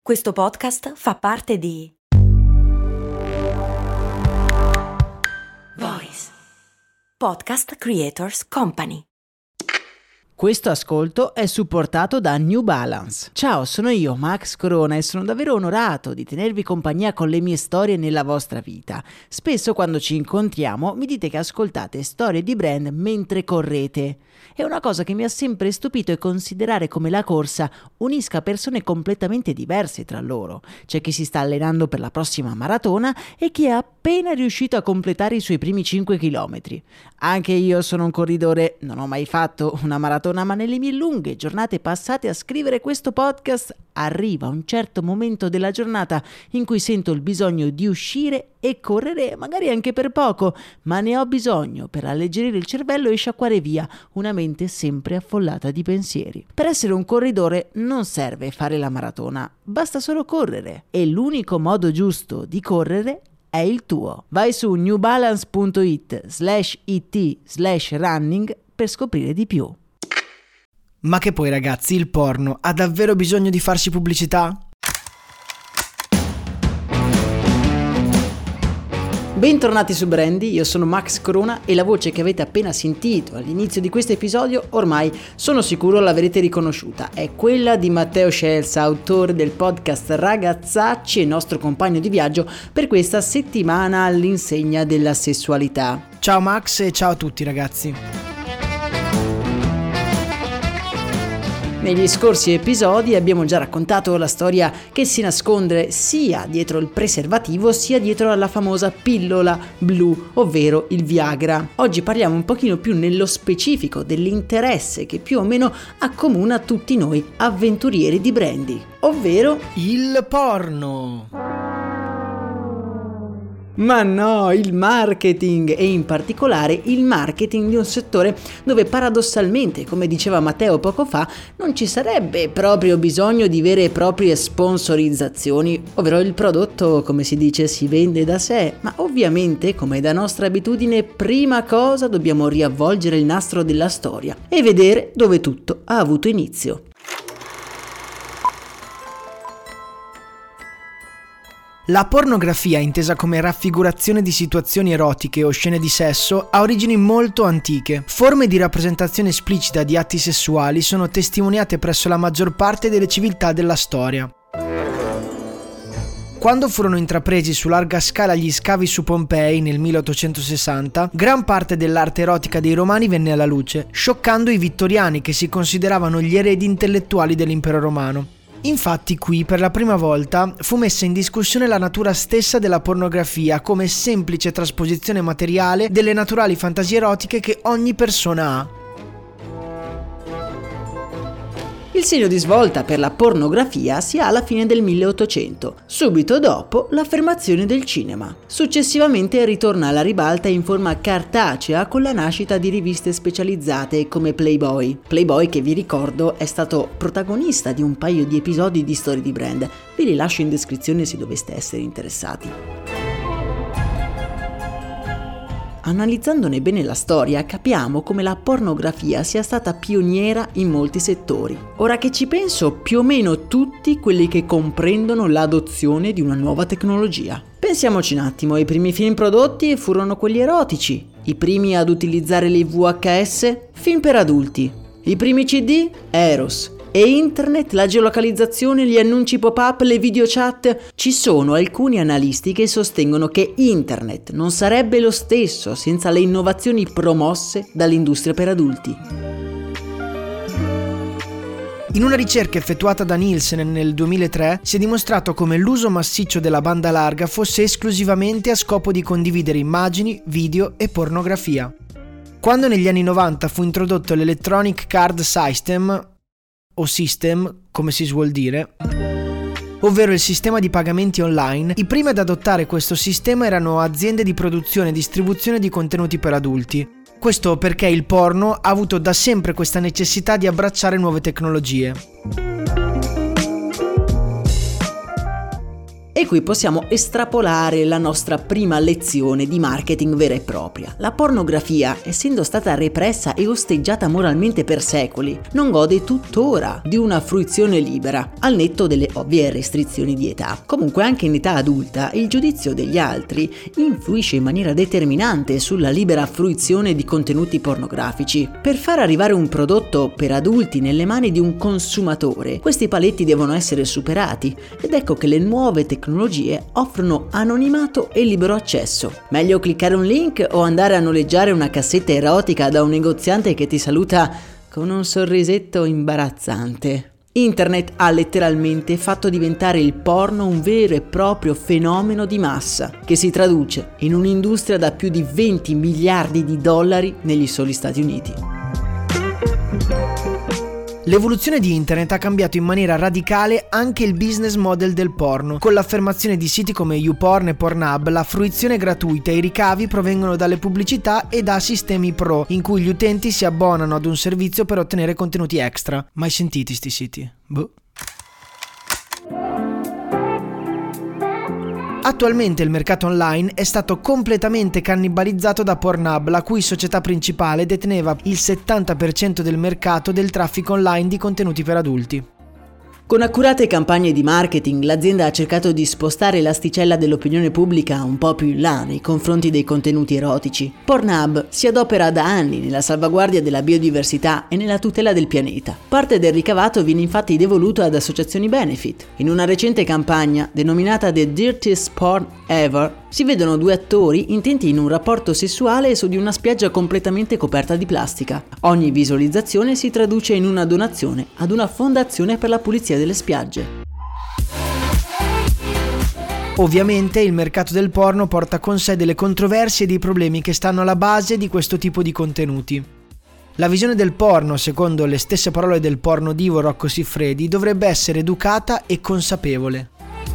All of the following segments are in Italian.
Questo podcast fa parte di Voice Podcast Creators Company. Questo ascolto è supportato da New Balance. Ciao, sono io, Max Corona, e sono davvero onorato di tenervi compagnia con le mie storie nella vostra vita. Spesso quando ci incontriamo mi dite che ascoltate storie di brand mentre correte. E una cosa che mi ha sempre stupito è considerare come la corsa unisca persone completamente diverse tra loro. C'è chi si sta allenando per la prossima maratona e chi è appena riuscito a completare i suoi primi 5 chilometri. Anche io sono un corridore, non ho mai fatto una maratona, ma nelle mie lunghe giornate passate a scrivere questo podcast arriva un certo momento della giornata in cui sento il bisogno di uscire e correre, magari anche per poco, ma ne ho bisogno per alleggerire il cervello e sciacquare via una mente sempre affollata di pensieri. Per essere un corridore non serve fare la maratona, basta solo correre, e l'unico modo giusto di correre è il tuo. Vai su newbalance.it/running per scoprire di più. Ma che poi, ragazzi, il porno ha davvero bisogno di farsi pubblicità? Bentornati su Brandy, io sono Max Corona e la voce che avete appena sentito all'inizio di questo episodio ormai sono sicuro l'avrete riconosciuta. È quella di Matteo Scelsa, autore del podcast Ragazzacci e nostro compagno di viaggio per questa settimana all'insegna della sessualità. Ciao Max e ciao a tutti, ragazzi. Negli scorsi episodi abbiamo già raccontato la storia che si nasconde sia dietro il preservativo sia dietro alla famosa pillola blu, ovvero il Viagra. Oggi parliamo un pochino più nello specifico dell'interesse che più o meno accomuna tutti noi avventurieri di Brandy, ovvero il porno. Ma no, il marketing, e in particolare il marketing di un settore dove paradossalmente, come diceva Matteo poco fa, non ci sarebbe proprio bisogno di vere e proprie sponsorizzazioni, ovvero il prodotto, come si dice, si vende da sé, ma ovviamente, come è da nostra abitudine, prima cosa dobbiamo riavvolgere il nastro della storia e vedere dove tutto ha avuto inizio. La pornografia, intesa come raffigurazione di situazioni erotiche o scene di sesso, ha origini molto antiche. Forme di rappresentazione esplicita di atti sessuali sono testimoniate presso la maggior parte delle civiltà della storia. Quando furono intrapresi su larga scala gli scavi su Pompei nel 1860, gran parte dell'arte erotica dei Romani venne alla luce, scioccando i vittoriani che si consideravano gli eredi intellettuali dell'impero romano. Infatti qui per la prima volta fu messa in discussione la natura stessa della pornografia come semplice trasposizione materiale delle naturali fantasie erotiche che ogni persona ha. Il segno di svolta per la pornografia si ha alla fine del 1800, subito dopo l'affermazione del cinema. Successivamente ritorna alla ribalta in forma cartacea con la nascita di riviste specializzate come Playboy. Playboy, che vi ricordo, è stato protagonista di un paio di episodi di Storie di Brand. Vi li lascio in descrizione se doveste essere interessati. Analizzandone bene la storia, capiamo come la pornografia sia stata pioniera in molti settori. Ora che ci penso, più o meno tutti quelli che comprendono l'adozione di una nuova tecnologia. Pensiamoci un attimo, i primi film prodotti furono quelli erotici, i primi ad utilizzare le VHS, film per adulti, i primi CD, Eros. E internet, la geolocalizzazione, gli annunci pop-up, le videochat. Ci sono alcuni analisti che sostengono che internet non sarebbe lo stesso senza le innovazioni promosse dall'industria per adulti. In una ricerca effettuata da Nielsen nel 2003 si è dimostrato come l'uso massiccio della banda larga fosse esclusivamente a scopo di condividere immagini, video e pornografia. Quando negli anni 90 fu introdotto l'Electronic Card System, o system, come si suol dire, ovvero il sistema di pagamenti online, i primi ad adottare questo sistema erano aziende di produzione e distribuzione di contenuti per adulti. Questo perché il porno ha avuto da sempre questa necessità di abbracciare nuove tecnologie. E qui possiamo estrapolare la nostra prima lezione di marketing vera e propria. La pornografia, essendo stata repressa e osteggiata moralmente per secoli, non gode tuttora di una fruizione libera, al netto delle ovvie restrizioni di età. Comunque anche in età adulta il giudizio degli altri influisce in maniera determinante sulla libera fruizione di contenuti pornografici. Per far arrivare un prodotto per adulti nelle mani di un consumatore, questi paletti devono essere superati, ed ecco che le nuove tecnologie offrono anonimato e libero accesso. Meglio cliccare un link o andare a noleggiare una cassetta erotica da un negoziante che ti saluta con un sorrisetto imbarazzante. Internet ha letteralmente fatto diventare il porno un vero e proprio fenomeno di massa, che si traduce in un'industria da più di 20 miliardi di dollari negli soli Stati Uniti. L'evoluzione di internet ha cambiato in maniera radicale anche il business model del porno. Con l'affermazione di siti come YouPorn e Pornhub, la fruizione è gratuita e i ricavi provengono dalle pubblicità e da sistemi pro, in cui gli utenti si abbonano ad un servizio per ottenere contenuti extra. Mai sentiti sti siti? Boh. Attualmente il mercato online è stato completamente cannibalizzato da Pornhub, la cui società principale deteneva il 70% del mercato del traffico online di contenuti per adulti. Con accurate campagne di marketing, l'azienda ha cercato di spostare l'asticella dell'opinione pubblica un po' più in là nei confronti dei contenuti erotici. Pornhub si adopera da anni nella salvaguardia della biodiversità e nella tutela del pianeta. Parte del ricavato viene infatti devoluto ad associazioni benefit. In una recente campagna, denominata The Dirtiest Porn Ever, si vedono due attori intenti in un rapporto sessuale su di una spiaggia completamente coperta di plastica. Ogni visualizzazione si traduce in una donazione ad una fondazione per la pulizia delle spiagge. Ovviamente il mercato del porno porta con sé delle controversie e dei problemi che stanno alla base di questo tipo di contenuti. La visione del porno, secondo le stesse parole del porno divo Rocco Siffredi, dovrebbe essere educata e consapevole.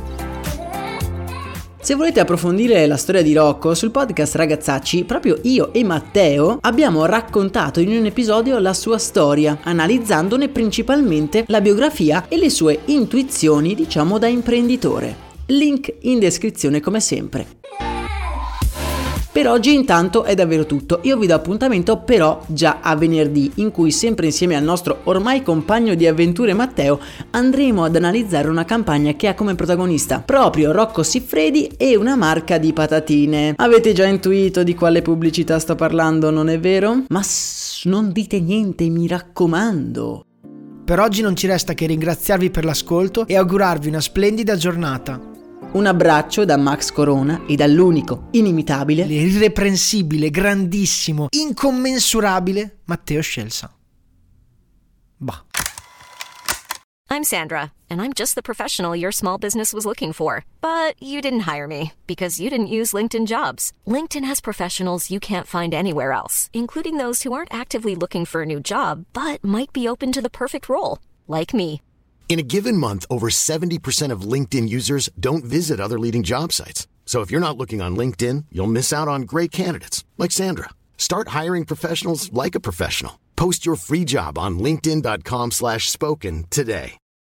Se volete approfondire la storia di Rocco, sul podcast Ragazzacci, proprio io e Matteo abbiamo raccontato in un episodio la sua storia, analizzandone principalmente la biografia e le sue intuizioni, diciamo, da imprenditore. Link in descrizione come sempre. Per oggi intanto è davvero tutto, io vi do appuntamento però già a venerdì, in cui sempre insieme al nostro ormai compagno di avventure Matteo andremo ad analizzare una campagna che ha come protagonista proprio Rocco Siffredi e una marca di patatine. Avete già intuito di quale pubblicità sto parlando, non è vero? Ma non dite niente, mi raccomando. Per oggi non ci resta che ringraziarvi per l'ascolto e augurarvi una splendida giornata. Un abbraccio da Max Corona e dall'unico, inimitabile, l'irreprensibile, grandissimo, incommensurabile Matteo Scelsa. Bah. I'm Sandra, and I'm just the professional your small business was looking for. But you didn't hire me because you didn't use LinkedIn Jobs. LinkedIn has professionals you can't find anywhere else, including those who aren't actively looking for a new job, but might be open to the perfect role, like me. In a given month, over 70% of LinkedIn users don't visit other leading job sites. So if you're not looking on LinkedIn, you'll miss out on great candidates like Sandra. Start hiring professionals like a professional. Post your free job on linkedin.com/spoken today.